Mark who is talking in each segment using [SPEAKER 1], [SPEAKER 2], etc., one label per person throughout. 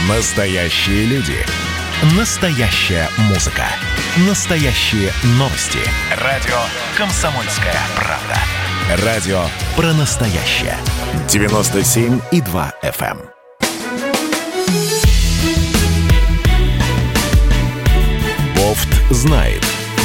[SPEAKER 1] Настоящие люди. Настоящая музыка. Настоящие новости. Радио «Комсомольская правда». Радио про настоящее. 97,2 FM. Бофт знает.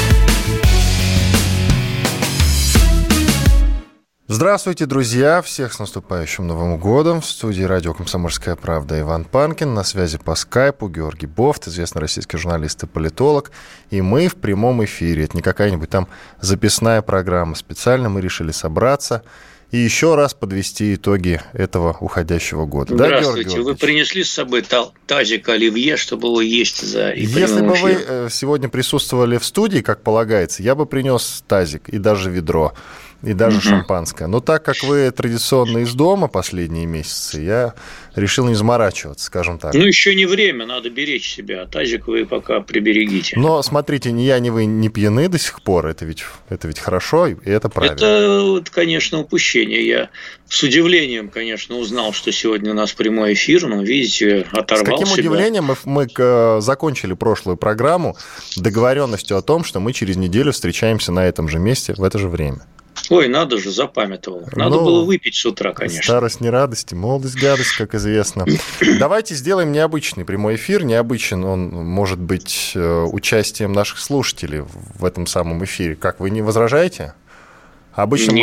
[SPEAKER 2] Здравствуйте, друзья! Всех с наступающим Новым годом! В студии радио «Комсомольская правда» Иван Панкин. На связи по скайпу Георгий Бофт, известный российский журналист и политолог. И мы в прямом эфире. Это не какая-нибудь там записная программа. Специально мы решили собраться и еще раз подвести итоги этого уходящего года.
[SPEAKER 3] Здравствуйте. Да, вы принесли с собой тазик оливье, чтобы его есть за эфиром?
[SPEAKER 2] Если бы вы сегодня присутствовали в студии, как полагается, я бы принес тазик и даже ведро. И даже шампанское. Но так как вы традиционно из дома последние месяцы, я решил не заморачиваться, скажем так.
[SPEAKER 3] Ну, еще не время, надо беречь себя. Тазик вы пока приберегите.
[SPEAKER 2] Но, смотрите, ни я, ни вы не пьяны до сих пор. Это ведь хорошо, и это правильно.
[SPEAKER 3] Это, конечно, упущение. Я с удивлением, конечно, узнал, что сегодня у нас прямой эфир, но, видите, оторвал себя.
[SPEAKER 2] С каким удивлением мы закончили прошлую программу договоренностью о том, что мы через неделю встречаемся на этом же месте в это же время.
[SPEAKER 3] Ой, надо же, запамятовал. Надо было выпить с утра, конечно.
[SPEAKER 2] Старость не радость, молодость гадость, как известно. Давайте сделаем необычный прямой эфир. Необычен он может быть участием наших слушателей в этом самом эфире. Как, вы не возражаете? Обычно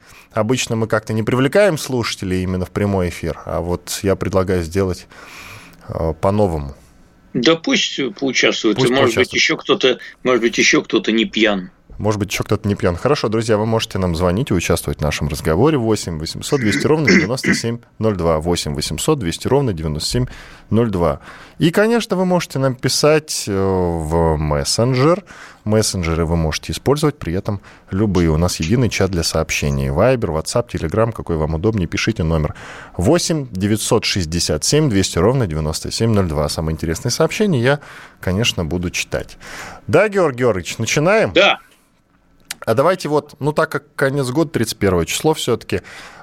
[SPEAKER 2] мы как-то не привлекаем слушателей именно в прямой эфир, а вот я предлагаю сделать по-новому.
[SPEAKER 3] Да пусть поучаствуют. Может быть, еще кто-то не пьян.
[SPEAKER 2] Может быть, еще кто-то не пьян. Хорошо, друзья, вы можете нам звонить и участвовать в нашем разговоре. 8 800 200 ровно 9702. 8 800 200 ровно 9702. И, конечно, вы можете нам писать в мессенджер. Мессенджеры вы можете использовать при этом любые. У нас единый чат для сообщений. Вайбер, WhatsApp, Telegram, какой вам удобнее. Пишите номер 8 967 200 ровно 9702. Самые интересные сообщения я, конечно, буду читать. Да, Георгий Георгиевич, начинаем?
[SPEAKER 3] Да.
[SPEAKER 2] А давайте так как конец года, 31 число все-таки,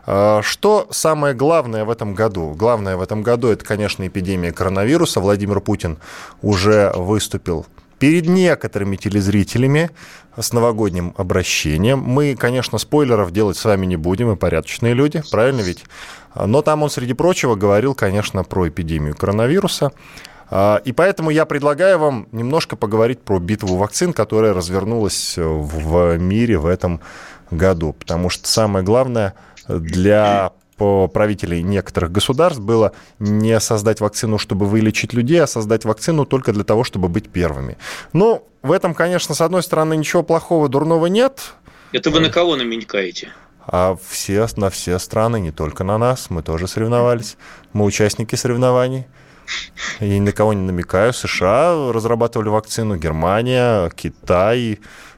[SPEAKER 2] что самое главное в этом году? Главное в этом году – это, конечно, эпидемия коронавируса. Владимир Путин уже выступил перед некоторыми телезрителями с новогодним обращением. Мы, конечно, спойлеров делать с вами не будем, мы порядочные люди, правильно ведь? Но там он, среди прочего, говорил, конечно, про эпидемию коронавируса. И поэтому я предлагаю вам немножко поговорить про битву вакцин, которая развернулась в мире в этом году. Потому что самое главное для правителей некоторых государств было не создать вакцину, чтобы вылечить людей, а создать вакцину только для того, чтобы быть первыми. Ну, в этом, конечно, с одной стороны, ничего плохого, дурного нет.
[SPEAKER 3] Это вы на кого намекаете?
[SPEAKER 2] А на все страны, не только на нас. Мы тоже соревновались. Мы участники соревнований. Я ни на кого не намекаю. США разрабатывали вакцину, Германия, Китай,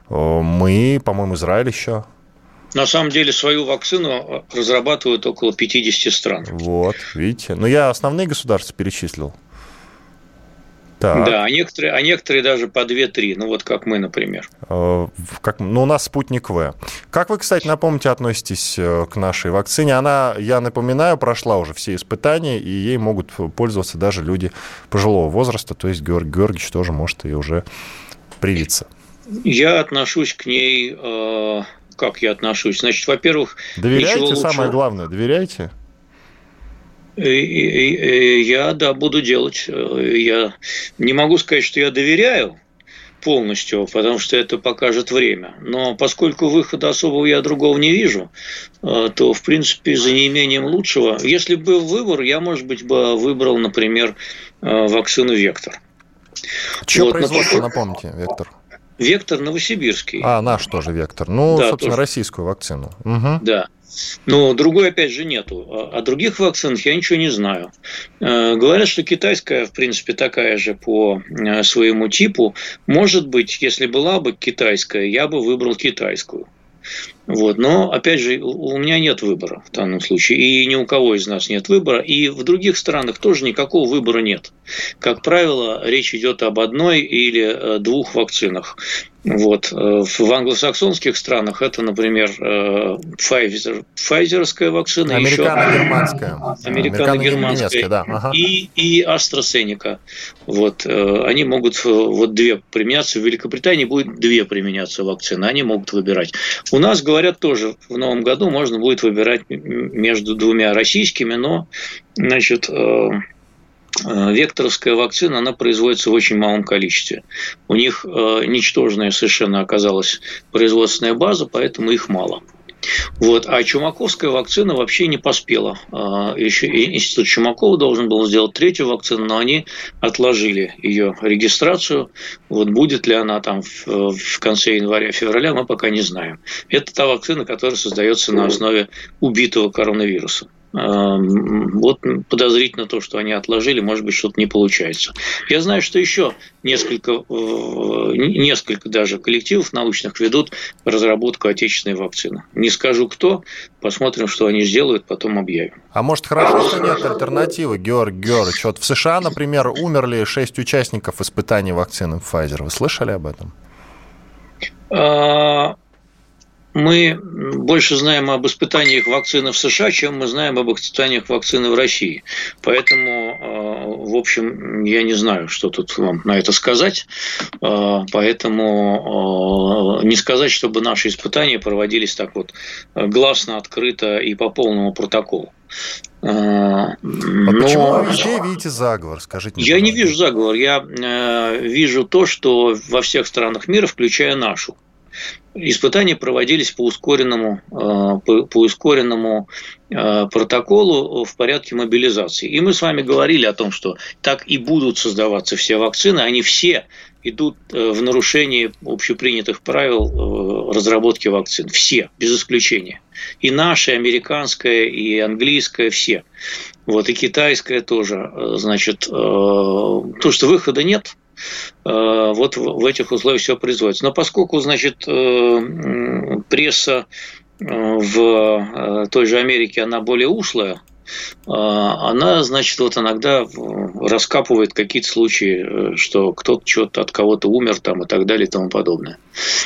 [SPEAKER 2] мы, по-моему, Израиль еще.
[SPEAKER 3] На самом деле свою вакцину разрабатывают около 50 стран. Вот,
[SPEAKER 2] видите. Но я основные государства перечислил. Так.
[SPEAKER 3] Да, а некоторые даже по 2-3, ну вот как мы, например.
[SPEAKER 2] У нас «Спутник В». Как вы, кстати, напомните, относитесь к нашей вакцине? Она, я напоминаю, прошла уже все испытания, и ей могут пользоваться даже люди пожилого возраста, то есть Георгий Георгиевич тоже может и уже привиться.
[SPEAKER 3] Я отношусь к ней... Как я отношусь? Значит, во-первых...
[SPEAKER 2] Доверяете, самое главное, доверяете?
[SPEAKER 3] Я, буду делать. Я не могу сказать, что я доверяю полностью, потому что это покажет время. Но поскольку выхода особого я другого не вижу, то, в принципе, за неимением лучшего... Если бы был выбор, я, может быть, бы выбрал, например, вакцину «Вектор».
[SPEAKER 2] Чье производство, напомните, «Вектор»?
[SPEAKER 3] «Вектор» новосибирский.
[SPEAKER 2] Наш тоже «Вектор». Ну, да, собственно, тоже. Российскую вакцину. Угу.
[SPEAKER 3] Да. Но другой, опять же, нету. О других вакцинах я ничего не знаю. Говорят, что китайская, в принципе, такая же по своему типу. Может быть, если была бы китайская, я бы выбрал китайскую. Вот. Но, опять же, у меня нет выбора в данном случае, и ни у кого из нас нет выбора, и в других странах тоже никакого выбора нет. Как правило, речь идет об одной или двух вакцинах. Вот. В англосаксонских странах это, например, Pfizerская вакцина,
[SPEAKER 2] американо-германская,
[SPEAKER 3] американо-германская,
[SPEAKER 2] да. Ага.
[SPEAKER 3] и AstraZeneca. Вот. Они могут две применяться. В Великобритании будет две применяться вакцины, они могут выбирать. У нас, говорят, тоже в новом году можно будет выбирать между двумя российскими, но, значит, векторовская вакцина, она производится в очень малом количестве. У них ничтожная совершенно оказалась производственная база, поэтому их мало. Вот. А чумаковская вакцина вообще не поспела. Еще институт Чумакова должен был сделать третью вакцину, но они отложили ее регистрацию. Вот будет ли она там в конце января-февраля, мы пока не знаем. Это та вакцина, которая создается на основе убитого коронавируса. Вот подозрительно то, что они отложили, может быть, что-то не получается. Я знаю, что еще несколько даже коллективов научных ведут разработку отечественной вакцины. Не скажу кто, посмотрим, что они сделают, потом объявим.
[SPEAKER 2] А может, хорошо, что нет альтернативы, Георгий Георгиевич? Вот в США, например, умерли 6 участников испытаний вакцины Pfizer. Вы слышали об этом?
[SPEAKER 3] Мы больше знаем об испытаниях вакцины в США, чем мы знаем об испытаниях вакцины в России. Поэтому, в общем, я не знаю, что тут вам на это сказать. Поэтому не сказать, чтобы наши испытания проводились так вот гласно, открыто и по полному протоколу.
[SPEAKER 2] Почему вы везде видите заговор? Скажите мне,
[SPEAKER 3] я не вижу заговор. Я вижу то, что во всех странах мира, включая нашу, испытания проводились по ускоренному протоколу в порядке мобилизации. И мы с вами говорили о том, что так и будут создаваться все вакцины. Они все идут в нарушении общепринятых правил разработки вакцин. Все, без исключения. И наша, и американская, и английская, все. Вот, и китайская тоже. Значит, то, что выхода нет, вот в этих условиях все производится. Но поскольку, значит, пресса в той же Америке, она более ушлая, она, значит, вот иногда раскапывает какие-то случаи, что кто-то что-то от кого-то умер там и так далее и тому подобное.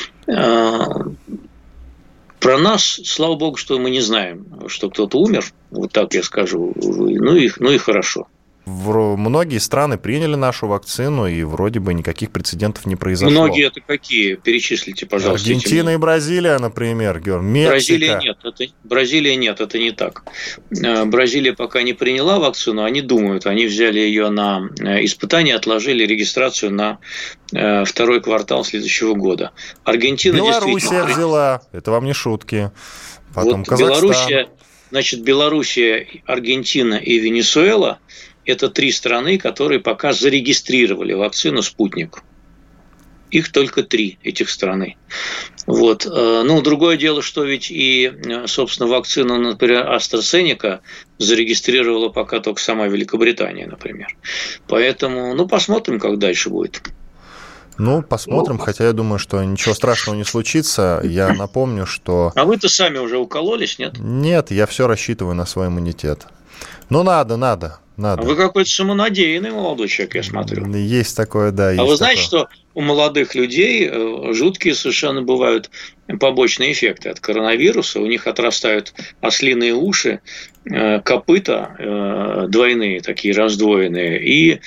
[SPEAKER 3] Про нас, слава богу, что мы не знаем, что кто-то умер, вот так я скажу, ну и хорошо.
[SPEAKER 2] Многие страны приняли нашу вакцину, и вроде бы никаких прецедентов не произошло.
[SPEAKER 3] Многие это какие? Перечислите, пожалуйста.
[SPEAKER 2] Аргентина и Бразилия, например, Мексика.
[SPEAKER 3] Бразилия нет, это не так. Бразилия пока не приняла вакцину, они думают, они взяли ее на испытание, отложили регистрацию на второй квартал следующего года. Аргентина
[SPEAKER 2] Белоруссия взяла, это вам не шутки. Потом
[SPEAKER 3] вот
[SPEAKER 2] Казахстан.
[SPEAKER 3] Белоруссия, Аргентина и Венесуэла – это 3 страны, которые пока зарегистрировали вакцину «Спутник». Их только 3, этих страны. Вот. Ну, другое дело, что ведь и, собственно, вакцину, например, AstraZeneca зарегистрировала пока только сама Великобритания, например. Поэтому, ну, посмотрим, как дальше будет.
[SPEAKER 2] Ну, посмотрим, хотя я думаю, что ничего страшного не случится. Я напомню, что...
[SPEAKER 3] А вы-то сами уже укололись, нет?
[SPEAKER 2] Нет, я все рассчитываю на свой иммунитет. Ну, надо. А
[SPEAKER 3] вы какой-то самонадеянный молодой человек, я смотрю.
[SPEAKER 2] Есть такое, да.
[SPEAKER 3] А вы знаете, что у молодых людей жуткие совершенно бывают побочные эффекты от коронавируса. У них отрастают ослиные уши, копыта двойные, такие раздвоенные, и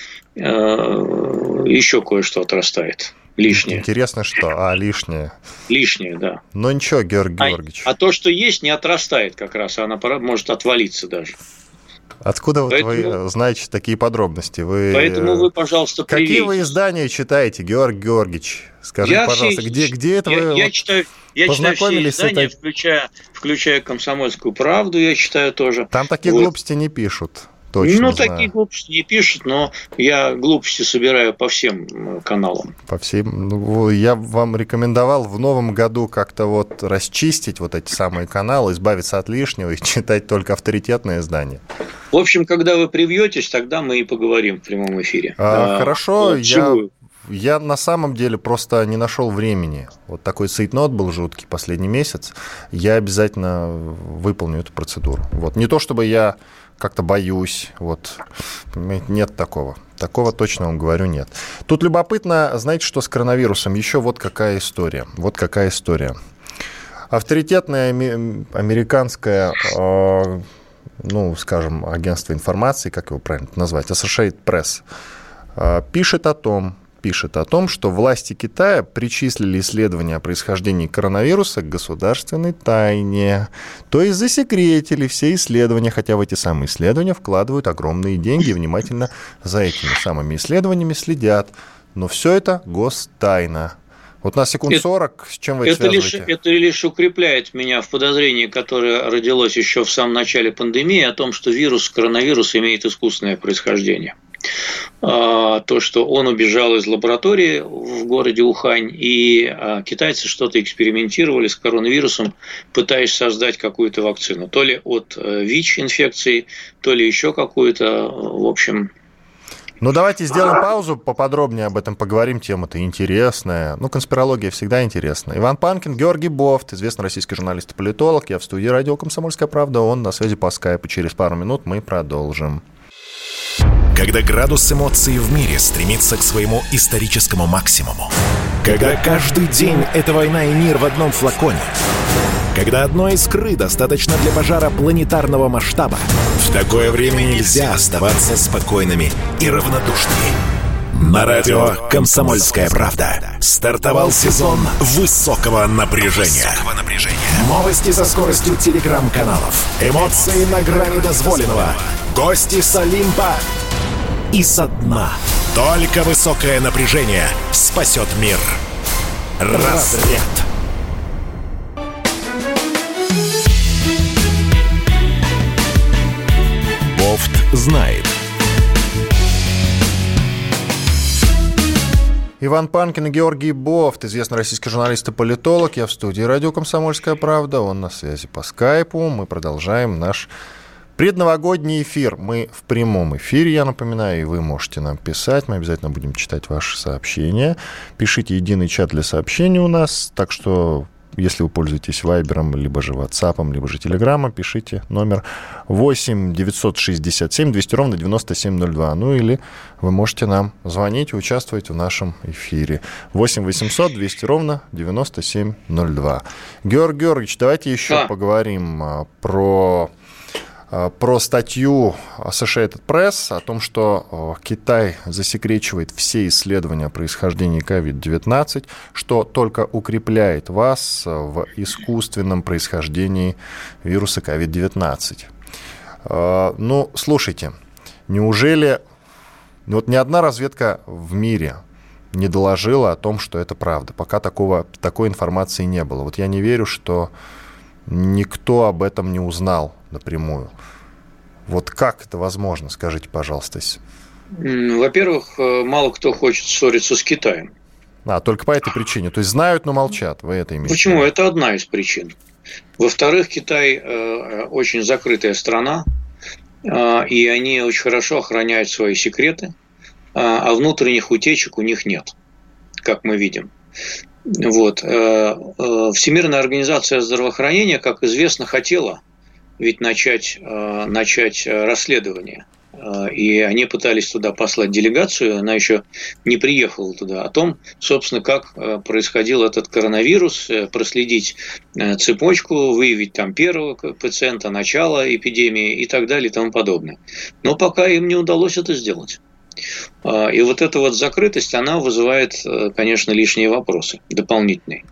[SPEAKER 3] еще кое-что отрастает. Лишнее.
[SPEAKER 2] Интересно, что? Лишнее.
[SPEAKER 3] Лишнее, да.
[SPEAKER 2] Но ничего, Георгий Георгиевич.
[SPEAKER 3] А то, что есть, не отрастает как раз, она может отвалиться даже.
[SPEAKER 2] Откуда вы знаете такие подробности?
[SPEAKER 3] Поэтому вы, пожалуйста, привейте.
[SPEAKER 2] Какие вы издания читаете, Георгий Георгиевич? Скажите, пожалуйста, где это вы
[SPEAKER 3] я читаю все издания, включая «Комсомольскую правду», я читаю тоже.
[SPEAKER 2] Там такие глупости не пишут. Точно
[SPEAKER 3] такие глупости не пишут, но я глупости собираю по всем каналам.
[SPEAKER 2] По всем. Ну, я вам рекомендовал в новом году как-то вот расчистить вот эти самые каналы, избавиться от лишнего и читать только авторитетные издания.
[SPEAKER 3] В общем, когда вы привьетесь, тогда мы и поговорим в прямом эфире.
[SPEAKER 2] Хорошо, я Я на самом деле просто не нашел времени. Вот такой цейтнот был жуткий последний месяц. Я обязательно выполню эту процедуру. Вот. Не то, чтобы я как-то боюсь. Вот. Нет такого. Такого точно вам говорю, нет. Тут любопытно, знаете, что с коронавирусом? Еще вот какая история. Вот какая история. Авторитетное американское, ну, скажем, агентство информации, как его правильно назвать, Associated Press, пишет о том, что власти Китая причислили исследования о происхождении коронавируса к государственной тайне. То есть засекретили все исследования, хотя в эти самые исследования вкладывают огромные деньги и внимательно за этими самыми исследованиями следят. Но все это гостайна. Вот на секунд 40, с чем вы это связываете?
[SPEAKER 3] Это лишь укрепляет меня в подозрении, которое родилось еще в самом начале пандемии, о том, что коронавирус имеет искусственное происхождение. То, что он убежал из лаборатории в городе Ухань, и китайцы что-то экспериментировали с коронавирусом, пытаясь создать какую-то вакцину. То ли от ВИЧ-инфекции, то ли еще какую-то, в общем...
[SPEAKER 2] Ну, давайте сделаем паузу, поподробнее об этом поговорим, тема-то интересная. Ну, конспирология всегда интересна. Иван Панкин, Георгий Бофт, известный российский журналист и политолог. Я в студии радио «Комсомольская правда», он на связи по скайпу. Через пару минут мы продолжим.
[SPEAKER 1] Когда градус эмоций в мире стремится к своему историческому максимуму. Когда каждый день — это война и мир в одном флаконе. Когда одной искры достаточно для пожара планетарного масштаба. В такое время нельзя оставаться спокойными и равнодушными. На радио «Комсомольская правда» стартовал сезон высокого напряжения. Новости со скоростью телеграм-каналов. Эмоции на грани дозволенного. Гости с Олимпа и со дна. Только высокое напряжение спасет мир. Разряд. Бофт знает.
[SPEAKER 2] Иван Панкин и Георгий Бофт, известный российский журналист и политолог. Я в студии радио «Комсомольская правда», он на связи по скайпу. Мы продолжаем наш предновогодний эфир. Мы в прямом эфире, я напоминаю, и вы можете нам писать. Мы обязательно будем читать ваши сообщения. Пишите единый чат для сообщений у нас, так что... Если вы пользуетесь Вайбером, либо же Ватсапом, либо же Телеграмом, пишите номер 8 967 200 ровно 9702. Ну или вы можете нам звонить и участвовать в нашем эфире. 8 800 200 ровно 9702. Георгий Георгиевич, давайте еще поговорим про статью Associated Press о том, что Китай засекречивает все исследования о происхождении COVID-19, что только укрепляет вас в искусственном происхождении вируса COVID-19. Ну, слушайте, неужели вот ни одна разведка в мире не доложила о том, что это правда? Пока такой информации не было. Вот я не верю, что никто об этом не узнал напрямую. Вот как это возможно? Скажите, пожалуйста.
[SPEAKER 3] Во-первых, мало кто хочет ссориться с Китаем.
[SPEAKER 2] Только по этой причине. То есть знают, но молчат. Вы это имеете?
[SPEAKER 3] Почему? Это одна из причин. Во-вторых, Китай очень закрытая страна, и они очень хорошо охраняют свои секреты, а внутренних утечек у них нет, как мы видим. Вот. Всемирная организация здравоохранения, как известно, хотела ведь начать расследование. И они пытались туда послать делегацию, она еще не приехала туда, о том, собственно, как происходил этот коронавирус, проследить цепочку, выявить там первого пациента, начало эпидемии и так далее и тому подобное. Но пока им не удалось это сделать. И вот эта вот закрытость, она вызывает, конечно, лишние вопросы, дополнительные.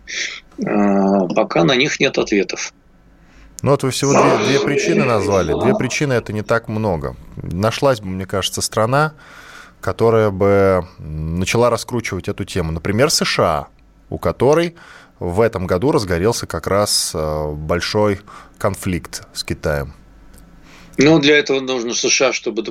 [SPEAKER 3] Пока на них нет ответов.
[SPEAKER 2] Ну вот вы всего две причины назвали. Две причины – это не так много. Нашлась бы, мне кажется, страна, которая бы начала раскручивать эту тему. Например, США, у которой в этом году разгорелся как раз большой конфликт с Китаем.
[SPEAKER 3] Ну, для этого нужно США, чтобы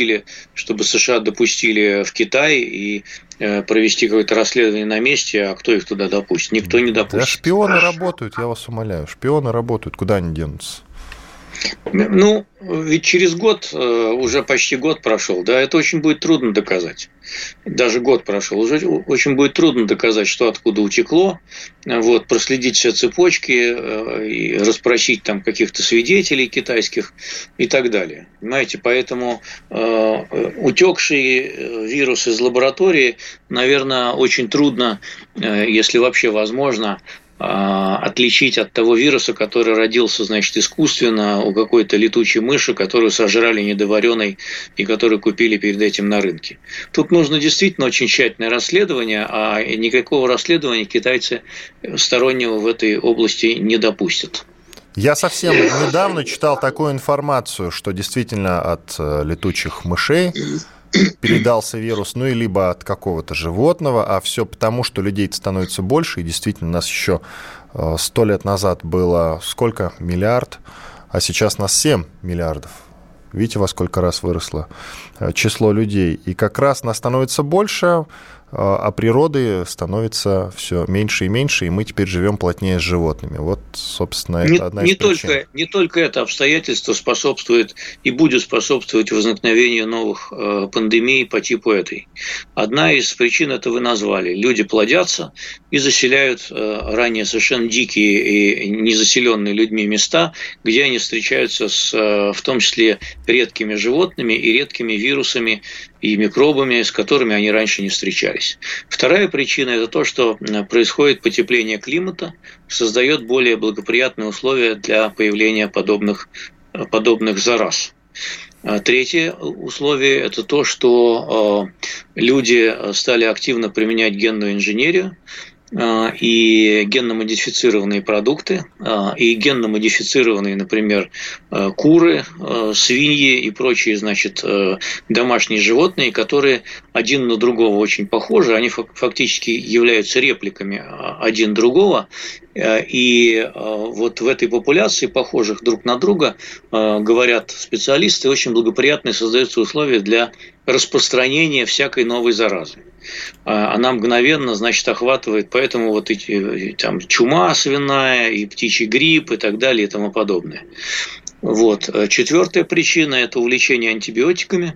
[SPEAKER 3] США допустили в Китай и провести какое-то расследование на месте, а кто их туда допустит? Никто не допустит.
[SPEAKER 2] Да, шпионы работают, я вас умоляю. Шпионы работают, куда они денутся?
[SPEAKER 3] Ну, ведь через год, уже почти год прошел, да, это очень будет трудно доказать. Даже год прошел, уже очень будет трудно доказать, что откуда утекло, вот, проследить все цепочки, и расспросить там каких-то свидетелей китайских и так далее. Понимаете, поэтому утекший вирус из лаборатории, наверное, очень трудно, если вообще возможно, отличить от того вируса, который родился, значит, искусственно у какой-то летучей мыши, которую сожрали недовареной и которую купили перед этим на рынке. Тут нужно действительно очень тщательное расследование, а никакого расследования китайцы стороннего в этой области не допустят.
[SPEAKER 2] Я совсем недавно читал такую информацию, что действительно от летучих мышей передался вирус, ну и либо от какого-то животного, а все потому, что людей становится больше, и действительно у нас еще 100 лет назад было сколько? Миллиард, а сейчас нас 7 миллиардов. Видите, во сколько раз выросло число людей. И как раз нас становится больше, а природы становится все меньше и меньше, и мы теперь живем плотнее с животными. Вот, собственно, это одна из причин.
[SPEAKER 3] Не только это обстоятельство способствует и будет способствовать возникновению новых пандемий по типу этой. Одна из причин, это вы назвали. Люди плодятся и заселяют ранее совершенно дикие и незаселенные людьми места, где они встречаются с, в том числе, редкими животными и редкими вирусами и микробами, с которыми они раньше не встречались. Вторая причина – это то, что происходит потепление климата, создает более благоприятные условия для появления подобных зараз. Третье условие – это то, что люди стали активно применять генную инженерию, и генно-модифицированные продукты, и генно-модифицированные, например, куры, свиньи и прочие, значит, домашние животные, которые один на другого очень похожи, они фактически являются репликами один другого, и вот в этой популяции, похожих друг на друга, говорят специалисты, очень благоприятные создаются условия для распространения всякой новой заразы. Она мгновенно, значит, охватывает, поэтому вот эти там чума свиная, и птичий грипп, и так далее, и тому подобное. Вот. Четвертая причина – это увлечение антибиотиками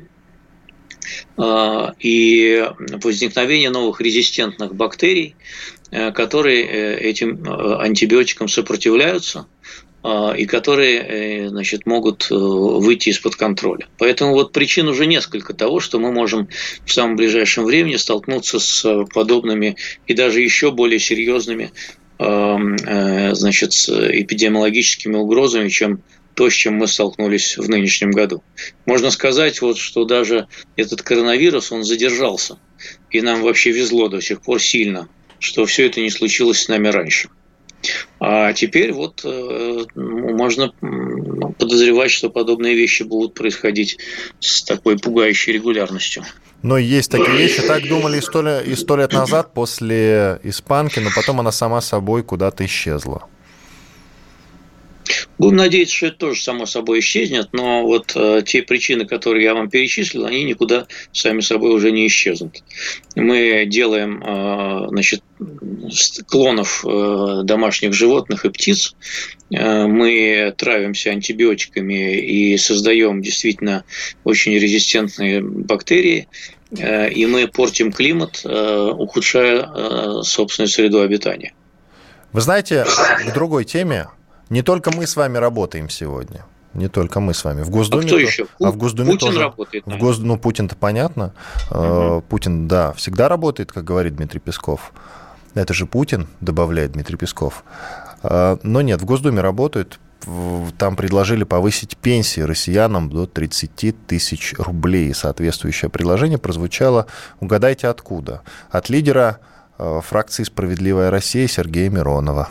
[SPEAKER 3] и возникновение новых резистентных бактерий, которые этим антибиотикам сопротивляются и которые, значит, могут выйти из-под контроля. Поэтому вот причин уже несколько того, что мы можем в самом ближайшем времени столкнуться с подобными и даже еще более серьезными, значит, с эпидемиологическими угрозами, чем то, с чем мы столкнулись в нынешнем году. Можно сказать, вот, что даже этот коронавирус, он задержался, и нам вообще везло до сих пор сильно, что все это не случилось с нами раньше. А теперь вот можно подозревать, что подобные вещи будут происходить с такой пугающей регулярностью.
[SPEAKER 2] Но есть такие вещи. Так думали и 100 лет назад после испанки, но потом она сама собой куда-то исчезла.
[SPEAKER 3] Будем надеяться, что это тоже само собой исчезнет, но вот те причины, которые я вам перечислил, они никуда сами собой уже не исчезнут. Мы делаем, значит, клонов домашних животных и птиц, мы травимся антибиотиками и создаем действительно очень резистентные бактерии, и мы портим климат, ухудшая собственную среду обитания.
[SPEAKER 2] Вы знаете, к другой теме. Не только мы с вами работаем сегодня. Не только мы с вами. В Госдуме,
[SPEAKER 3] кто еще?
[SPEAKER 2] В Госдуме
[SPEAKER 3] Путин
[SPEAKER 2] тоже
[SPEAKER 3] работает.
[SPEAKER 2] Ну, Путин-то понятно. Путин, да, всегда работает, как говорит Дмитрий Песков. Это же Путин, добавляет Дмитрий Песков. Но нет, в Госдуме работают. Там предложили повысить пенсии россиянам до 30 тысяч рублей. Соответствующее предложение прозвучало, угадайте, откуда? От лидера фракции «Справедливая Россия» Сергея Миронова.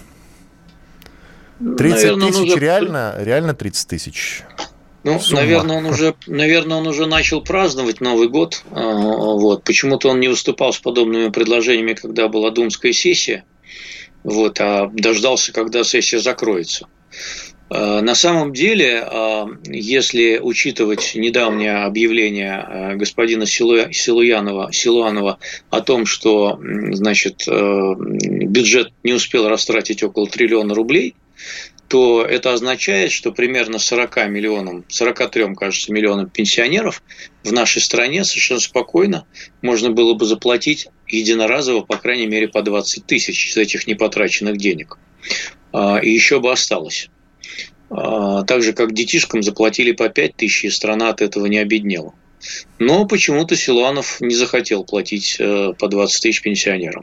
[SPEAKER 2] 30 тысяч реально 30 тысяч?
[SPEAKER 3] Ну, наверное, он уже начал праздновать Новый год. Вот. Почему-то он не выступал с подобными предложениями, когда была думская сессия, вот, а дождался, когда сессия закроется. На самом деле, если учитывать недавнее объявление господина Силуанова о том, что, значит, бюджет не успел растратить около 1 триллиона рублей, то это означает, что примерно 43, кажется, миллионам пенсионеров в нашей стране совершенно спокойно можно было бы заплатить единоразово, по крайней мере, по 20 тысяч из этих непотраченных денег. И еще бы осталось. Так же, как детишкам заплатили по 5 тысяч, и страна от этого не обеднела. Но почему-то Силуанов не захотел платить по 20 тысяч пенсионерам.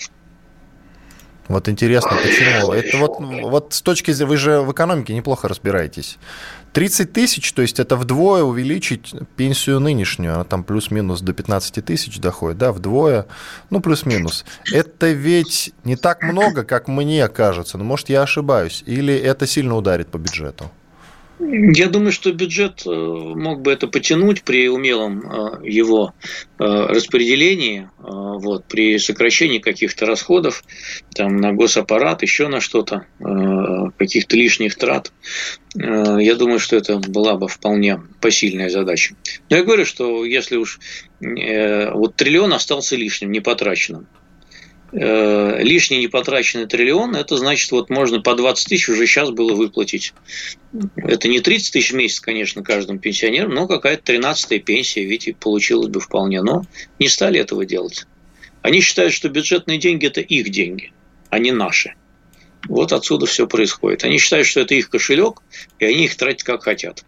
[SPEAKER 2] Вот интересно, почему? Это вот с точки зрения... Вы же в экономике неплохо разбираетесь. 30 тысяч, то есть это вдвое увеличить пенсию нынешнюю, она там плюс-минус до 15 тысяч доходит, да, вдвое, ну, плюс-минус. Это ведь не так много, как мне кажется, но, может, я ошибаюсь, или это сильно ударит по бюджету?
[SPEAKER 3] Я думаю, что бюджет мог бы это потянуть при умелом его распределении, при сокращении каких-то расходов там, на госаппарат, еще на что-то, каких-то лишних трат. Я думаю, что это была бы вполне посильная задача. Но я говорю, что если уж триллион остался лишним, непотраченным, лишний непотраченный триллион, это значит, можно по 20 тысяч уже сейчас было выплатить. Это не 30 тысяч в месяц, конечно, каждому пенсионеру, но какая-то 13-я пенсия, ведь получилось бы вполне. Но не стали этого делать. Они считают, что бюджетные деньги – это их деньги, а не наши. Вот отсюда все происходит. Они считают, что это их кошелек, и они их тратят как хотят.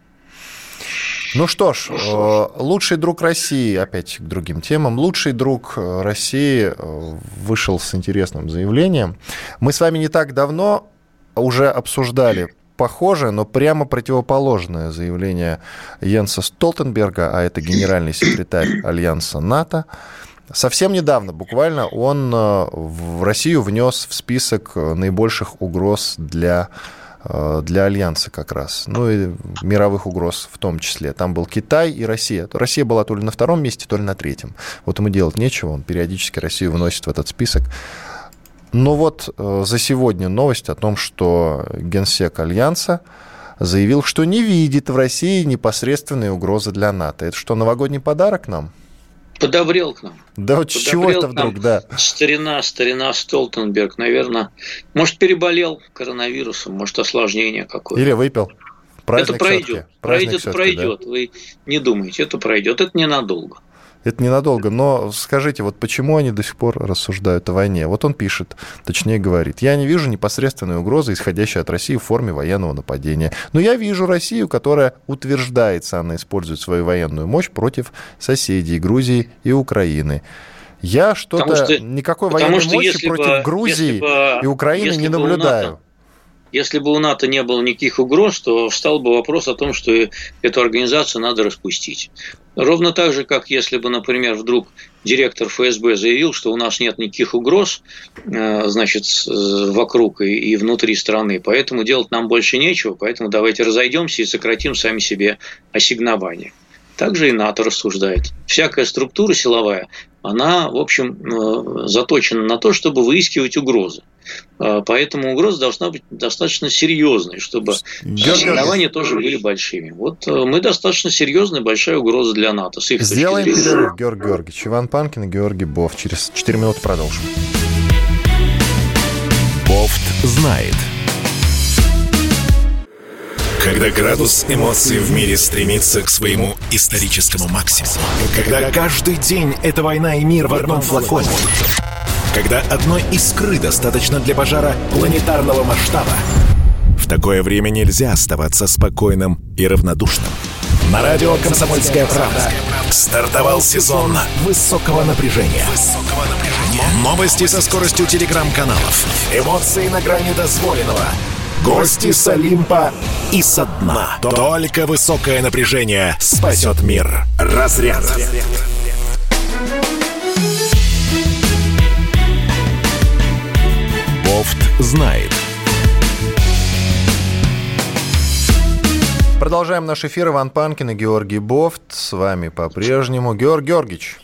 [SPEAKER 2] Ну что ж, лучший друг России, опять к другим темам, лучший друг России вышел с интересным заявлением. Мы с вами не так давно уже обсуждали похожее, но прямо противоположное заявление Йенса Столтенберга, а это генеральный секретарь Альянса НАТО. Совсем недавно, буквально, он в Россию внес в список наибольших угроз для Альянса как раз, ну и мировых угроз в том числе. Там был Китай и Россия. Россия была то ли на втором месте, то ли на третьем. Вот ему делать нечего, он периодически Россию вносит в этот список. Но вот за сегодня новость о том, что генсек Альянса заявил, что не видит в России непосредственной угрозы для НАТО. Это что, новогодний подарок нам?
[SPEAKER 3] Подобрел к нам.
[SPEAKER 2] Да вот с чего это вдруг, да?
[SPEAKER 3] Старина Столтенберг, наверное, может, переболел коронавирусом, может, осложнение какое-то.
[SPEAKER 2] Или выпил.
[SPEAKER 3] Праздник это пройдет, да? Вы не думайте, это пройдет, это ненадолго.
[SPEAKER 2] Это ненадолго, но скажите, вот почему они до сих пор рассуждают о войне? Вот он пишет, точнее говорит, я не вижу непосредственной угрозы, исходящей от России в форме военного нападения. Но я вижу Россию, которая утверждается, она использует свою военную мощь против соседей Грузии и Украины. Я никакой военной мощи против Грузии и Украины не наблюдаю.
[SPEAKER 3] Если бы у НАТО не было никаких угроз, то встал бы вопрос о том, что эту организацию надо распустить. Ровно так же, как если бы, например, вдруг директор ФСБ заявил, что у нас нет никаких угроз, вокруг и внутри страны, поэтому делать нам больше нечего, поэтому давайте разойдемся и сократим сами себе ассигнования. Также и НАТО рассуждает. Всякая структура силовая, она, в общем, заточена на то, чтобы выискивать угрозы. Поэтому угроза должна быть достаточно серьезной, чтобы ассигнования тоже были большими. Вот мы достаточно серьезная, большая угроза для НАТО.
[SPEAKER 2] Сделаем перерыв, Георгий Георгиевич. Иван Панкин и Георгий Бофт. Через 4 минуты продолжим.
[SPEAKER 1] Бофт знает. Когда градус эмоций в мире стремится к своему историческому максимуму. Когда каждый день — это война и мир в одном флаконе. Когда одной искры достаточно для пожара планетарного масштаба. В такое время нельзя оставаться спокойным и равнодушным. На радио «Комсомольская правда» стартовал сезон высокого напряжения. Новости со скоростью телеграм-каналов. Эмоции на грани дозволенного. Гости с Олимпа и со дна. Только высокое напряжение спасет мир. Разряд. Бофт знает.
[SPEAKER 2] Продолжаем наш эфир. Иван Панкин и Георгий Бофт. С вами по-прежнему. Георгий Георгиевич.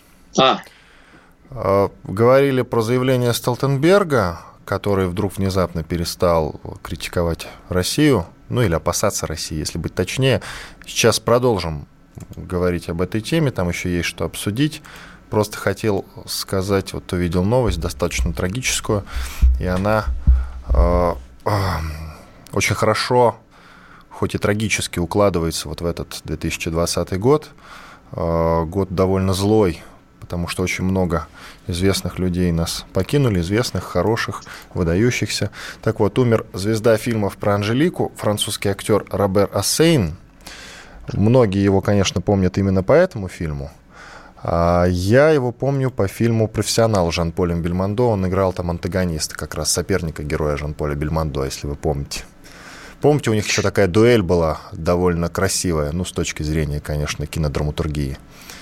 [SPEAKER 2] Говорили про заявление Столтенберга, который вдруг внезапно перестал критиковать Россию, ну или опасаться России, если быть точнее. Сейчас продолжим говорить об этой теме, там еще есть что обсудить. Просто хотел сказать, вот увидел новость достаточно трагическую, и она очень хорошо, хоть и трагически укладывается вот в этот 2020 год. Год довольно злой, потому что очень много известных людей нас покинули, известных, хороших, выдающихся. Так вот, умер звезда фильмов про Анжелику, французский актер Робер Ассейн. Многие его, конечно, помнят именно по этому фильму. А я его помню по фильму «Профессионал» с Жан-Полем Бельмондо. Он играл там антагониста, как раз соперника героя Жан-Поля Бельмондо, если вы помните. Помните, у них еще такая дуэль была довольно красивая, с точки зрения, конечно, кинодраматургии.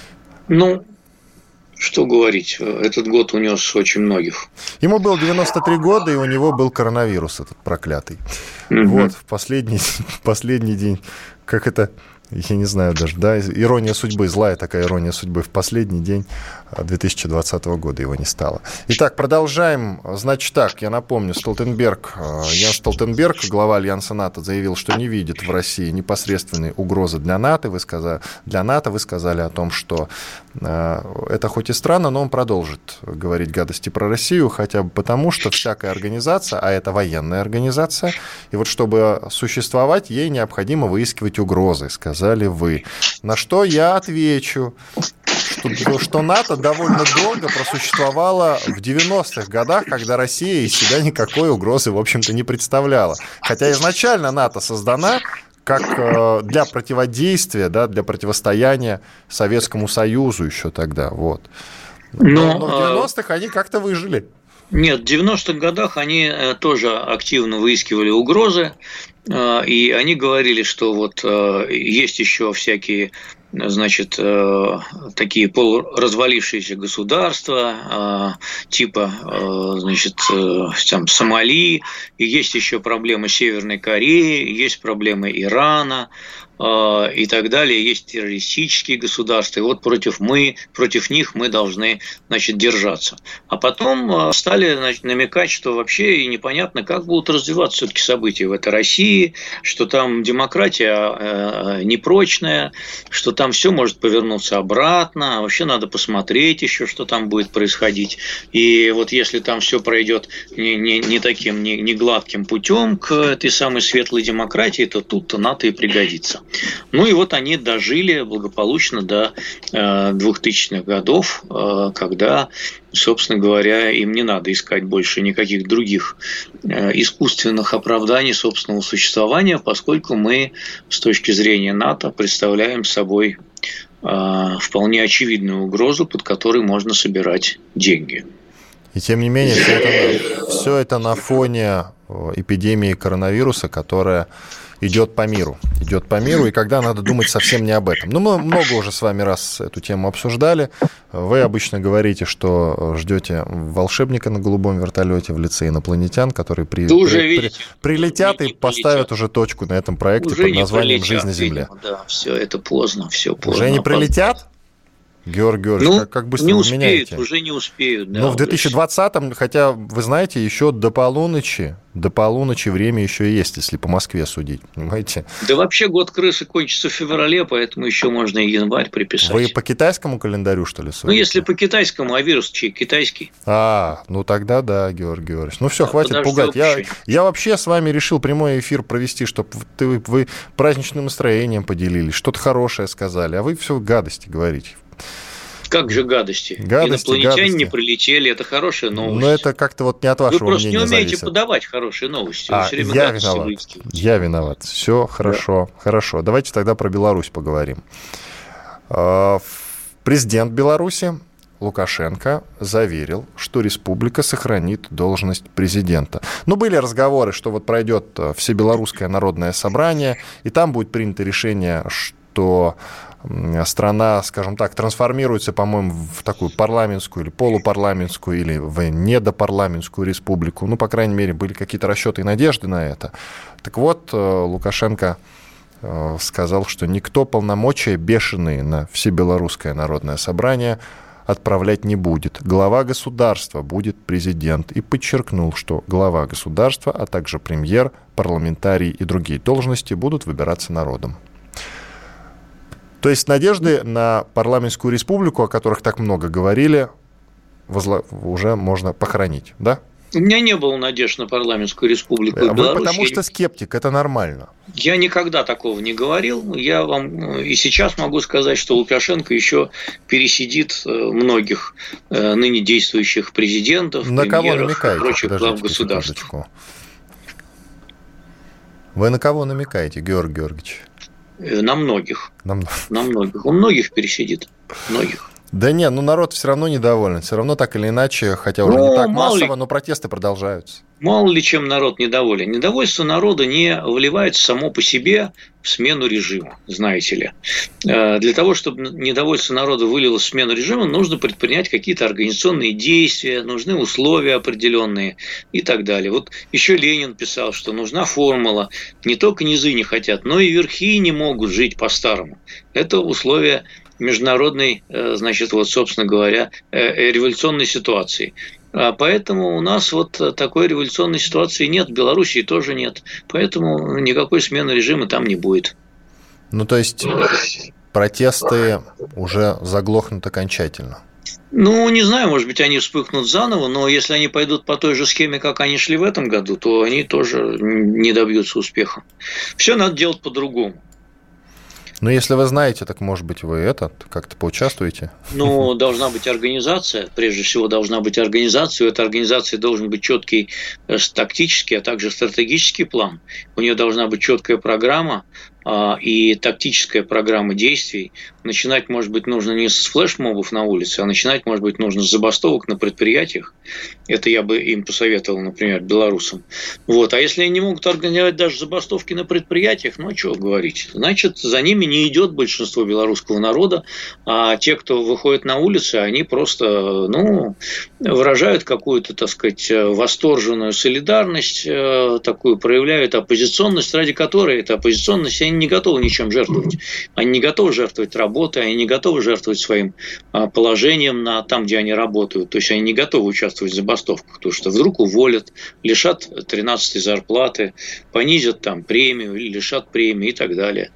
[SPEAKER 3] Что говорить, этот год унес очень многих.
[SPEAKER 2] Ему было 93 года, и у него был коронавирус этот проклятый. Вот, в последний день, как это... Я не знаю даже, да, ирония судьбы, злая такая ирония судьбы. В последний день 2020 года его не стало. Итак, продолжаем. Значит так, я напомню, Ян Столтенберг, глава Альянса НАТО, заявил, что не видит в России непосредственной угрозы для НАТО. Вы сказали о том, что это хоть и странно, но он продолжит говорить гадости про Россию, хотя бы потому, что всякая организация, а это военная организация, и вот чтобы существовать, ей необходимо выискивать угрозы, сказали вы. На что я отвечу, что НАТО довольно долго просуществовало в 90-х годах, когда Россия из себя никакой угрозы, в общем-то, не представляла. Хотя изначально НАТО создана как для противодействия, да, для противостояния Советскому Союзу еще тогда. Вот. Но в 90-х они как-то выжили.
[SPEAKER 3] Нет, в 90-х годах они тоже активно выискивали угрозы, и они говорили, что вот есть еще всякие, значит, такие полуразвалившиеся государства, типа, значит, там Сомали, и есть еще проблемы Северной Кореи, есть проблемы Ирана, и так далее, есть террористические государства, и вот против них мы должны, значит, держаться. А потом стали, значит, намекать, что вообще и непонятно, как будут развиваться все-таки события в этой России, что там демократия непрочная, что там все может повернуться обратно, вообще надо посмотреть еще, что там будет происходить. И вот если там все пройдет не таким, не гладким путем к этой самой светлой демократии, то тут-то НАТО и пригодится. Ну и вот они дожили благополучно до 2000-х годов, когда, собственно говоря, им не надо искать больше никаких других искусственных оправданий собственного существования, поскольку мы с точки зрения НАТО представляем собой вполне очевидную угрозу, под которой можно собирать деньги.
[SPEAKER 2] И тем не менее, все это на фоне эпидемии коронавируса, которая идет по миру, и когда надо думать совсем не об этом. Мы много уже с вами раз эту тему обсуждали. Вы обычно говорите, что ждете волшебника на голубом вертолете в лице инопланетян, которые прилетят и поставят уже точку на этом проекте под названием «Жизнь на Земле».
[SPEAKER 3] Да, все это поздно,
[SPEAKER 2] Уже не прилетят? Георгий Георгиевич, как быстро вы меняете?
[SPEAKER 3] Уже не успеют. Да,
[SPEAKER 2] но в 2020-м, хотя, вы знаете, еще до полуночи время еще есть, если по Москве судить, понимаете?
[SPEAKER 3] Да вообще год крысы кончится в феврале, поэтому еще можно и январь приписать.
[SPEAKER 2] Вы по китайскому календарю, что ли, судите?
[SPEAKER 3] Если по китайскому, а вирус чей? Китайский.
[SPEAKER 2] Тогда да, Георгий Георгиевич. Все, хватит пугать. Я вообще с вами решил прямой эфир провести, чтобы вы праздничным настроением поделились, что-то хорошее сказали, а вы все гадости говорите.
[SPEAKER 3] Как же гадости? Инопланетяне не прилетели, это хорошая новость.
[SPEAKER 2] Но это как-то вот не от вашего мнения зависит.
[SPEAKER 3] Вы просто не умеете подавать хорошие новости. Вы все время гадости выискиваете.
[SPEAKER 2] Я виноват. Все хорошо, хорошо. Давайте тогда про Беларусь поговорим. Президент Беларуси Лукашенко заверил, что республика сохранит должность президента. Были разговоры, что вот пройдет Всебелорусское народное собрание, и там будет принято решение, что страна, скажем так, трансформируется, по-моему, в такую парламентскую или полупарламентскую, или в недопарламентскую республику. По крайней мере, были какие-то расчеты и надежды на это. Так вот, Лукашенко сказал, что никто полномочия бешеные на Всебелорусское народное собрание отправлять не будет. Глава государства будет президент. И подчеркнул, что глава государства, а также премьер, парламентарий и другие должности будут выбираться народом. То есть надежды на парламентскую республику, о которых так много говорили, уже можно похоронить, да?
[SPEAKER 3] У меня не было надежд на парламентскую республику Беларусь.
[SPEAKER 2] Вы потому что скептик, это нормально.
[SPEAKER 3] Я никогда такого не говорил. Я вам и сейчас могу сказать, что Лукашенко еще пересидит многих ныне действующих президентов,
[SPEAKER 2] на
[SPEAKER 3] премьеров и прочих глав государств.
[SPEAKER 2] Вы на кого намекаете, Георгий Георгиевич?
[SPEAKER 3] На многих. На многих. У многих пересидит. Многих.
[SPEAKER 2] Да нет, народ все равно недоволен. Все равно так или иначе, хотя уже не так массово, но протесты продолжаются.
[SPEAKER 3] Мало ли чем народ недоволен. Недовольство народа не вливается само по себе в смену режима, знаете ли. Для того, чтобы недовольство народа вылилось в смену режима, нужно предпринять какие-то организационные действия, нужны условия определенные и так далее. Вот еще Ленин писал, что нужна формула. Не только низы не хотят, но и верхи не могут жить по-старому. Это условия международной, значит, вот, собственно говоря, революционной ситуации. Поэтому у нас вот такой революционной ситуации нет, в Белоруссии тоже нет. Поэтому никакой смены режима там не будет.
[SPEAKER 2] То есть протесты уже заглохнут окончательно?
[SPEAKER 3] Не знаю, может быть, они вспыхнут заново, но если они пойдут по той же схеме, как они шли в этом году, то они тоже не добьются успеха. Все надо делать по-другому.
[SPEAKER 2] Если вы знаете, так, может быть, вы как-то поучаствуете?
[SPEAKER 3] Должна быть организация. Прежде всего, должна быть организация. У этой организации должен быть четкий тактический, а также стратегический план. У нее должна быть четкая программа и тактическая программа действий. Начинать, может быть, нужно не с флешмобов на улице, а начинать, может быть, нужно с забастовок на предприятиях. Это я бы им посоветовал, например, белорусам. А если они не могут организовать даже забастовки на предприятиях, что говорить? Значит, за ними не идет большинство белорусского народа, а те, кто выходит на улицы, они просто, выражают какую-то, так сказать, восторженную солидарность, такую проявляют оппозиционность, ради которой эта оппозиционность, они не готовы ничем жертвовать. Они не готовы жертвовать работой, они не готовы жертвовать своим положением там, где они работают. То есть они не готовы участвовать в забастовках, потому что вдруг уволят, лишат 13-й зарплаты, понизят там премию или лишат премии и так далее.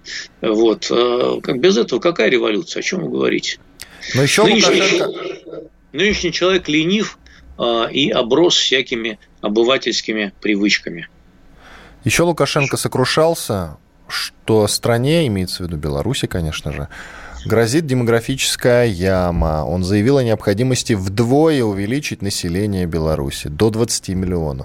[SPEAKER 3] Без этого какая революция? О чем вы говорите?
[SPEAKER 2] Но еще
[SPEAKER 3] Нынешний человек ленив и оброс всякими обывательскими привычками.
[SPEAKER 2] Еще Лукашенко сокрушался, что стране, имеется в виду Беларуси, конечно же, грозит демографическая яма. Он заявил о необходимости вдвое увеличить население Беларуси до 20 миллионов.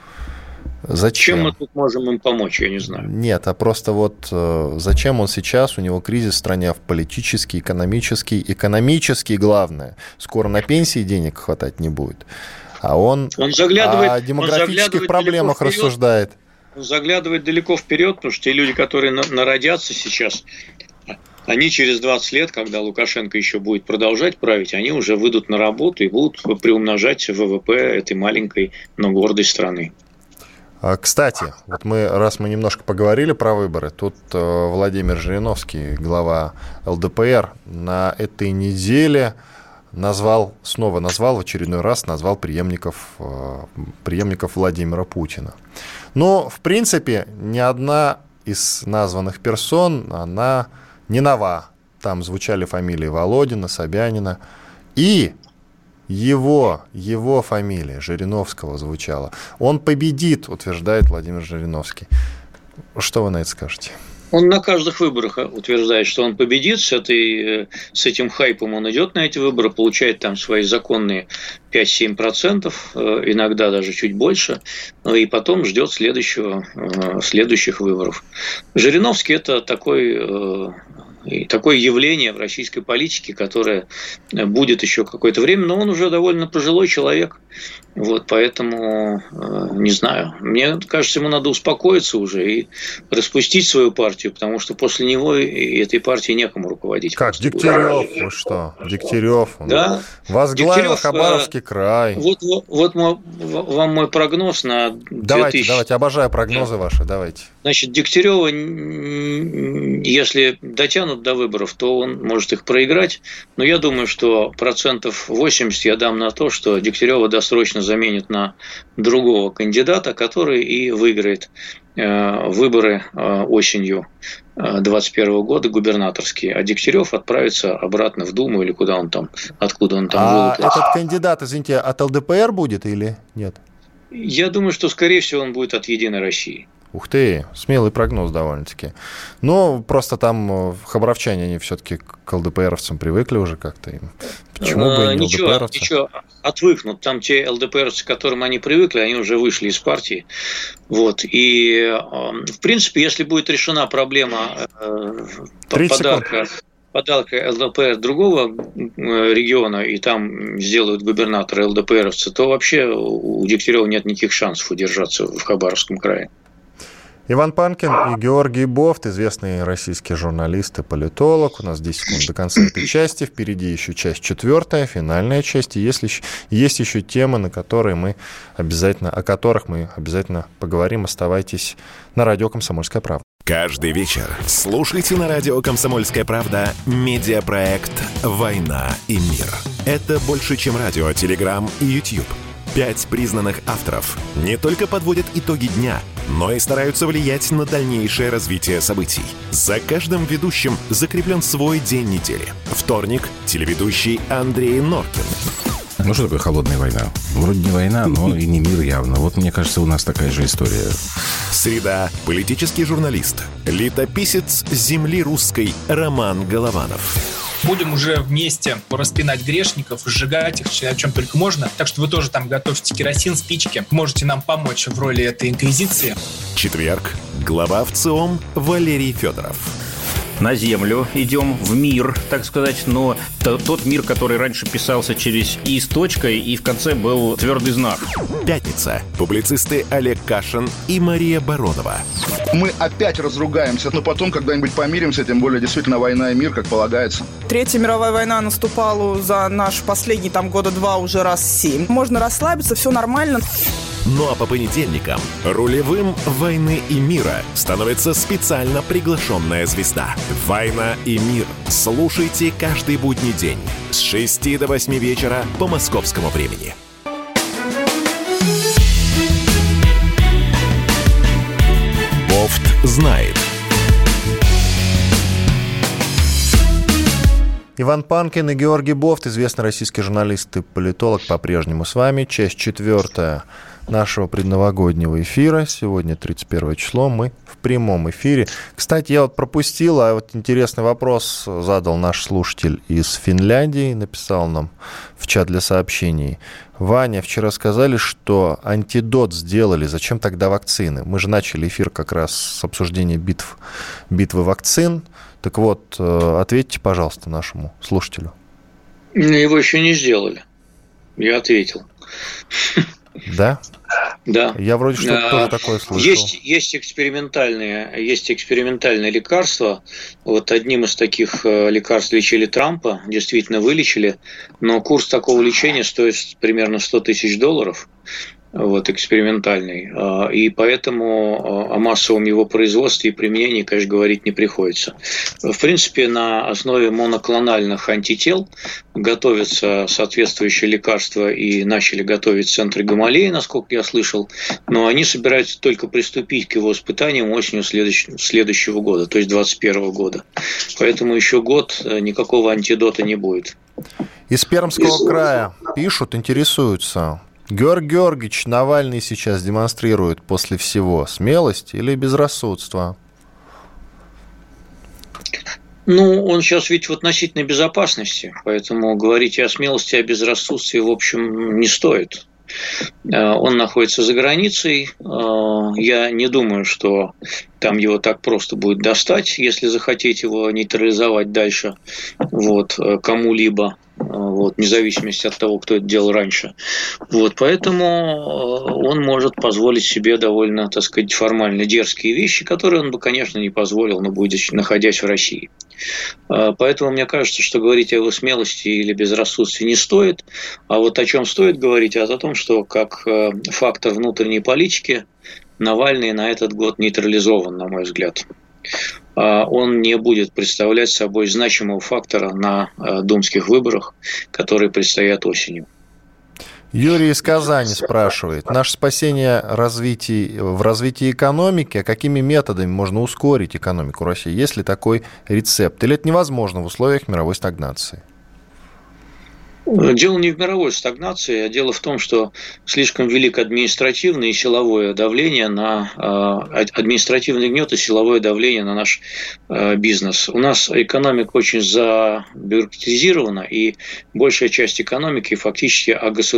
[SPEAKER 2] Зачем?
[SPEAKER 3] Чем мы тут можем им помочь, я не знаю.
[SPEAKER 2] Нет, а просто зачем он сейчас, у него кризис в стране политический, экономический главное. Скоро на пенсии денег хватать не будет. А он о демографических проблемах рассуждает.
[SPEAKER 3] Он заглядывает далеко вперед, потому что те люди, которые народятся сейчас, они через 20 лет, когда Лукашенко еще будет продолжать править, они уже выйдут на работу и будут приумножать ВВП этой маленькой, но гордой страны.
[SPEAKER 2] Кстати, раз мы немножко поговорили про выборы, тут Владимир Жириновский, глава ЛДПР, на этой неделе назвал в очередной раз преемников Владимира Путина. Но, в принципе, ни одна из названных персон, она не нова. Там звучали фамилии Володина, Собянина. И его фамилия Жириновского звучала. Он победит, утверждает Владимир Жириновский. Что вы на это скажете?
[SPEAKER 3] Он на каждых выборах утверждает, что он победит, с этим хайпом он идет на эти выборы, получает там свои законные 5-7%, иногда даже чуть больше, и потом ждет следующих выборов. Жириновский – это такое явление в российской политике, которое будет еще какое-то время, но он уже довольно пожилой человек. Поэтому, не знаю, мне кажется, ему надо успокоиться уже и распустить свою партию, потому что после него этой партией некому руководить.
[SPEAKER 2] Как, Дегтярев? Вы что? Дегтярев?
[SPEAKER 3] Да.
[SPEAKER 2] Возглавил Хабаровский край.
[SPEAKER 3] Вам мой прогноз на 2000...
[SPEAKER 2] Давайте, обожаю прогнозы ваши, давайте.
[SPEAKER 3] Значит, Дегтярева, если дотянут до выборов, то он может их проиграть, но я думаю, что 80% я дам на то, что Дегтярева досрочно заменит на другого кандидата, который и выиграет выборы осенью 2021 года губернаторские, а Дегтярев отправится обратно в Думу или откуда он там
[SPEAKER 2] вылупился. Этот кандидат, извините, от ЛДПР будет или нет?
[SPEAKER 3] Я думаю, что, скорее всего, он будет от «Единой России».
[SPEAKER 2] Ух ты, смелый прогноз довольно-таки. Но просто там хабаровчане, они все-таки к ЛДПРовцам привыкли уже как-то им. Почему бы и не ЛДПРовцы?
[SPEAKER 3] Ничего, отвыкнут. Там те ЛДПРовцы, к которым они привыкли, они уже вышли из партии. Вот. И, в принципе, если будет решена проблема подарка ЛДПР другого региона, и там сделают губернатора ЛДПРовца, то вообще у Дегтярева нет никаких шансов удержаться в Хабаровском крае.
[SPEAKER 2] Иван Панкин и Георгий Бофт, известные российские журналисты, политолог. У нас 10 секунд до конца этой части. Впереди еще часть 4, финальная часть. И есть еще темы, о которых мы обязательно поговорим. Оставайтесь на радио «Комсомольская правда».
[SPEAKER 1] Каждый вечер слушайте на радио «Комсомольская правда» медиапроект «Война и мир». Это больше, чем радио, телеграм и YouTube. 5 признанных авторов не только подводят итоги дня, но и стараются влиять на дальнейшее развитие событий. За каждым ведущим закреплен свой день недели. Вторник – телеведущий Андрей Норкин.
[SPEAKER 4] Ну, что такое холодная война? Вроде не война, но и не мир явно. Вот, мне кажется, у нас такая же история.
[SPEAKER 1] Среда – политический журналист, летописец земли русской Роман Голованов.
[SPEAKER 5] Будем уже вместе распинать грешников, сжигать их, о чем только можно. Так что вы тоже там готовьте керосин, спички. Можете нам помочь в роли этой инквизиции.
[SPEAKER 1] Четверг. Глава ВЦИОМ Валерий Федоров.
[SPEAKER 6] На землю идем, в мир, так сказать, но тот мир, который раньше писался через «и» с точкой, и в конце был твердый знак.
[SPEAKER 1] Пятница. Публицисты Олег Кашин и Мария Баронова.
[SPEAKER 7] Мы опять разругаемся, но потом когда-нибудь помиримся, тем более действительно война и мир, как полагается.
[SPEAKER 8] Третья мировая война наступала за наш последний года 2 уже раз 7. Можно расслабиться, все нормально.
[SPEAKER 1] Ну а по понедельникам рулевым «Войны и мира» становится специально приглашенная звезда. «Война и мир». Слушайте каждый будний день с 6 до 8 вечера по московскому времени. Бофт знает.
[SPEAKER 2] Иван Панкин и Георгий Бофт, известный российский журналист и политолог, по-прежнему с вами. Часть 4 нашего предновогоднего эфира. Сегодня 31 число, мы в прямом эфире. Кстати, я пропустил, а интересный вопрос задал наш слушатель из Финляндии, написал нам в чат для сообщений. Ваня, вчера сказали, что антидот сделали, зачем тогда вакцины? Мы же начали эфир как раз с обсуждения битвы вакцин. Так вот, ответьте, пожалуйста, нашему слушателю.
[SPEAKER 3] Его еще не сделали. Я ответил.
[SPEAKER 2] Да?
[SPEAKER 3] Да.
[SPEAKER 2] Я вроде что-то тоже такое слышал.
[SPEAKER 3] Есть экспериментальные лекарства. Вот одним из таких лекарств лечили Трампа, действительно вылечили, но курс такого лечения стоит примерно $100 тысяч. Вот, экспериментальный. И поэтому о массовом его производстве и применении, конечно, говорить не приходится. В принципе, на основе моноклональных антител готовятся соответствующие лекарства и начали готовить в центре Гамалеи, насколько я слышал, но они собираются только приступить к его испытаниям осенью следующего года, то есть 2021 года. Поэтому еще год никакого антидота не будет.
[SPEAKER 2] Из Пермского края пишут, интересуются. Георгий Георгиевич, Навальный сейчас демонстрирует после всего смелость или безрассудство?
[SPEAKER 3] Ну, он сейчас ведь в относительной безопасности, поэтому говорить о смелости, о безрассудстве, в общем, не стоит. Он находится за границей. Я не думаю, что там его так просто будет достать, если захотеть его нейтрализовать дальше кому-либо. Вне зависимости от того, кто это делал раньше. Поэтому он может позволить себе довольно, так сказать, формально дерзкие вещи, которые он бы, конечно, не позволил, но находясь в России. Поэтому мне кажется, что говорить о его смелости или безрассудстве не стоит. А вот о чем стоит говорить, о том, что как фактор внутренней политики Навальный на этот год нейтрализован, на мой взгляд. Он не будет представлять собой значимого фактора на думских выборах, которые предстоят осенью.
[SPEAKER 2] Юрий из Казани спрашивает. Наше спасение в развитии экономики, а какими методами можно ускорить экономику России? Есть ли такой рецепт? Или это невозможно в условиях мировой стагнации?
[SPEAKER 3] Дело не в мировой стагнации, а дело в том, что слишком велик административное и силовое давление административный гнет и силовое давление на наш бизнес. У нас экономика очень забюрократизирована, и большая часть экономики фактически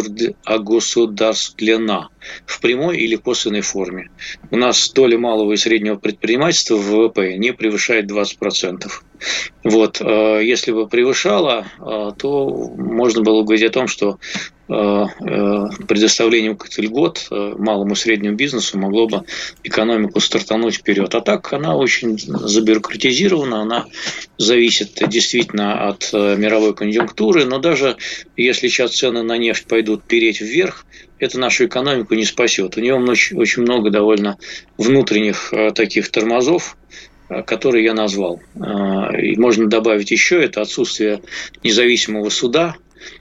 [SPEAKER 3] огосударствлена в прямой или косвенной форме. У нас доля малого и среднего предпринимательства в ВВП не превышает 20%. Вот. Если бы превышала, то можно было говорить о том, что предоставлением каких-то льгот малому и среднему бизнесу могло бы экономику стартануть вперед. А так она очень забюрократизирована, она зависит действительно от мировой конъюнктуры, но даже если сейчас цены на нефть пойдут переть вверх, это нашу экономику не спасет. У нее очень много довольно внутренних таких тормозов, которые я назвал. И можно добавить еще это отсутствие независимого суда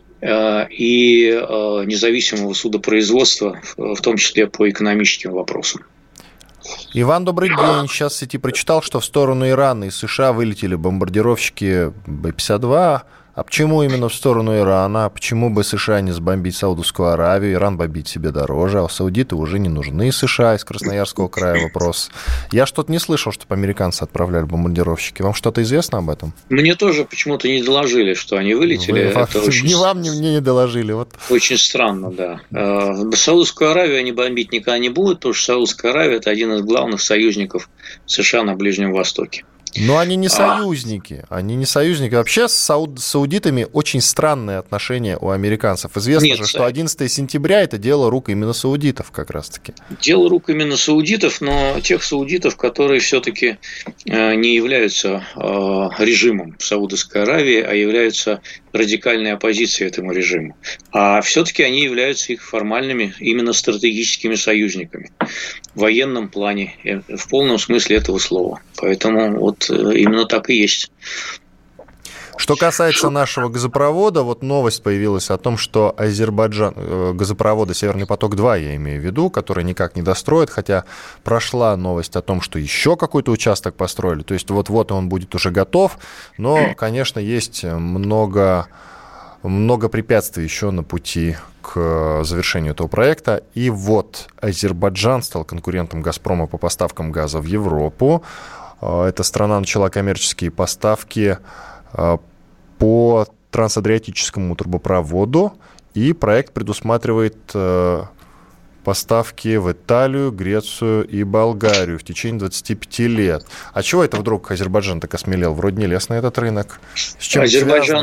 [SPEAKER 3] и независимого судопроизводства, в том числе по экономическим вопросам.
[SPEAKER 2] Иван, добрый день. Сейчас в сети прочитал, что в сторону Ирана и США вылетели бомбардировщики Б-52. А почему именно в сторону Ирана? Почему бы США не сбомбить Саудовскую Аравию? Иран бомбить себе дороже, а саудиты уже не нужны США. Из Красноярского края вопрос. Я что-то не слышал, чтобы американцы отправляли бомбардировщики. Вам что-то известно об этом?
[SPEAKER 3] Мне тоже почему-то не доложили, что они вылетели.
[SPEAKER 2] Ни вам, ни мне не доложили. Вот.
[SPEAKER 3] Очень странно, да. Саудовскую Аравию они бомбить никогда не будут, потому что Саудовская Аравия – это один из главных союзников США на Ближнем Востоке.
[SPEAKER 2] Но они не союзники. Они не союзники. Вообще с саудитами очень странные отношения у американцев. Известно же, что 11 сентября – это дело рук именно саудитов как раз-таки.
[SPEAKER 3] Дело рук именно саудитов, но тех саудитов, которые все-таки не являются режимом Саудовской Аравии, а являются радикальной оппозицией этому режиму. А все-таки они являются их формальными, именно стратегическими союзниками в военном плане, в полном смысле этого слова. Поэтому вот именно так и есть.
[SPEAKER 2] Что касается нашего газопровода, вот новость появилась о том, что Азербайджан, газопровода «Северный поток-2», я имею в виду, который никак не достроит, хотя прошла новость о том, что еще какой-то участок построили, то есть вот-вот он будет уже готов, но, конечно, есть много препятствий еще на пути к завершению этого проекта. И вот Азербайджан стал конкурентом «Газпрома» по поставкам газа в Европу. Эта страна начала коммерческие поставки по трансадриатическому трубопроводу, и проект предусматривает поставки в Италию, Грецию и Болгарию в течение 25 лет. А чего это вдруг Азербайджан так осмелел? Вроде не лез на этот рынок. С чем
[SPEAKER 3] Азербайджан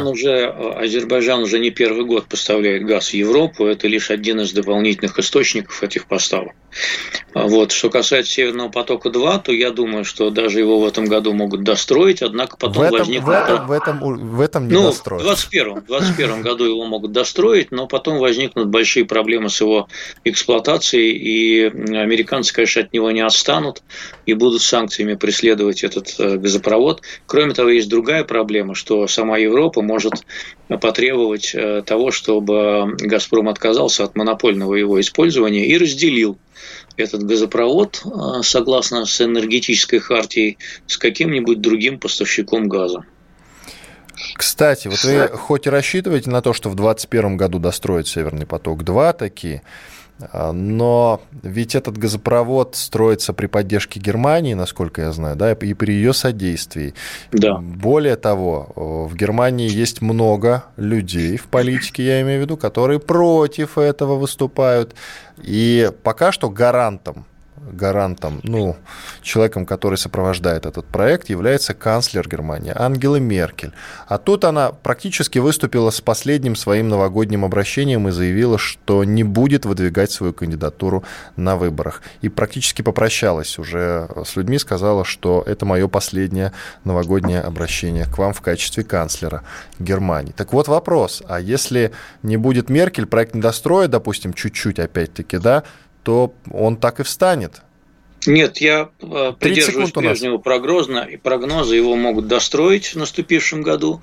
[SPEAKER 3] уже не первый год поставляет газ в Европу. Это лишь один из дополнительных источников этих поставок. Вот. Что касается «Северного потока-2», то я думаю, что даже его в этом году могут достроить, однако потом возникнет...
[SPEAKER 2] В этом не достроят.
[SPEAKER 3] В 2021 году его могут достроить, но потом возникнут большие проблемы с его эксплуатацией, и американцы, конечно, от него не отстанут и будут санкциями преследовать этот газопровод. Кроме того, есть другая проблема, что сама Европа может потребовать того, чтобы «Газпром» отказался от монопольного его использования и разделил этот газопровод, согласно с энергетической хартией, с каким-нибудь другим поставщиком газа.
[SPEAKER 2] Кстати, вот вы хоть и рассчитываете на то, что в 2021 году достроят «Северный поток-2» такие, но ведь этот газопровод строится при поддержке Германии, насколько я знаю, да, и при ее содействии.
[SPEAKER 3] Да.
[SPEAKER 2] Более того, в Германии есть много людей в политике, я имею в виду, которые против этого выступают. И пока что гарантом, человеком, который сопровождает этот проект, является канцлер Германии Ангела Меркель. А тут она практически выступила с последним своим новогодним обращением и заявила, что не будет выдвигать свою кандидатуру на выборах. И практически попрощалась уже с людьми, сказала, что это мое последнее новогоднее обращение к вам в качестве канцлера Германии. Так вот вопрос, а если не будет Меркель, проект не достроит, допустим, чуть-чуть опять-таки, да, то он так и встанет.
[SPEAKER 3] Нет, я придерживаюсь прежнего прогноза, его могут достроить в наступающем году,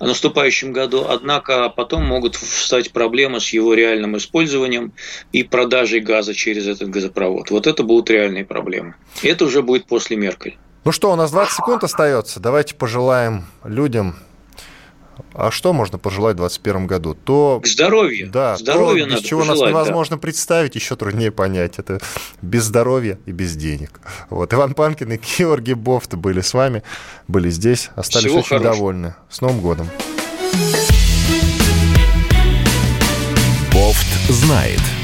[SPEAKER 3] однако потом могут встать проблемы с его реальным использованием и продажей газа через этот газопровод. Вот это будут реальные проблемы. И это уже будет после Меркель.
[SPEAKER 2] Ну что, у нас 20 секунд остается. Давайте пожелаем людям А что можно пожелать в 2021 году? То,
[SPEAKER 3] здоровье.
[SPEAKER 2] Да,
[SPEAKER 3] здоровье
[SPEAKER 2] то, без
[SPEAKER 3] надо
[SPEAKER 2] чего
[SPEAKER 3] пожелать,
[SPEAKER 2] нас невозможно представить, еще труднее понять. Это без здоровья и без денег. Вот. Иван Панкин и Георгий Бофт были с вами, были здесь, остались
[SPEAKER 3] Всего
[SPEAKER 2] очень
[SPEAKER 3] хорошего.
[SPEAKER 2] довольны. С Новым годом!
[SPEAKER 1] Бофт знает.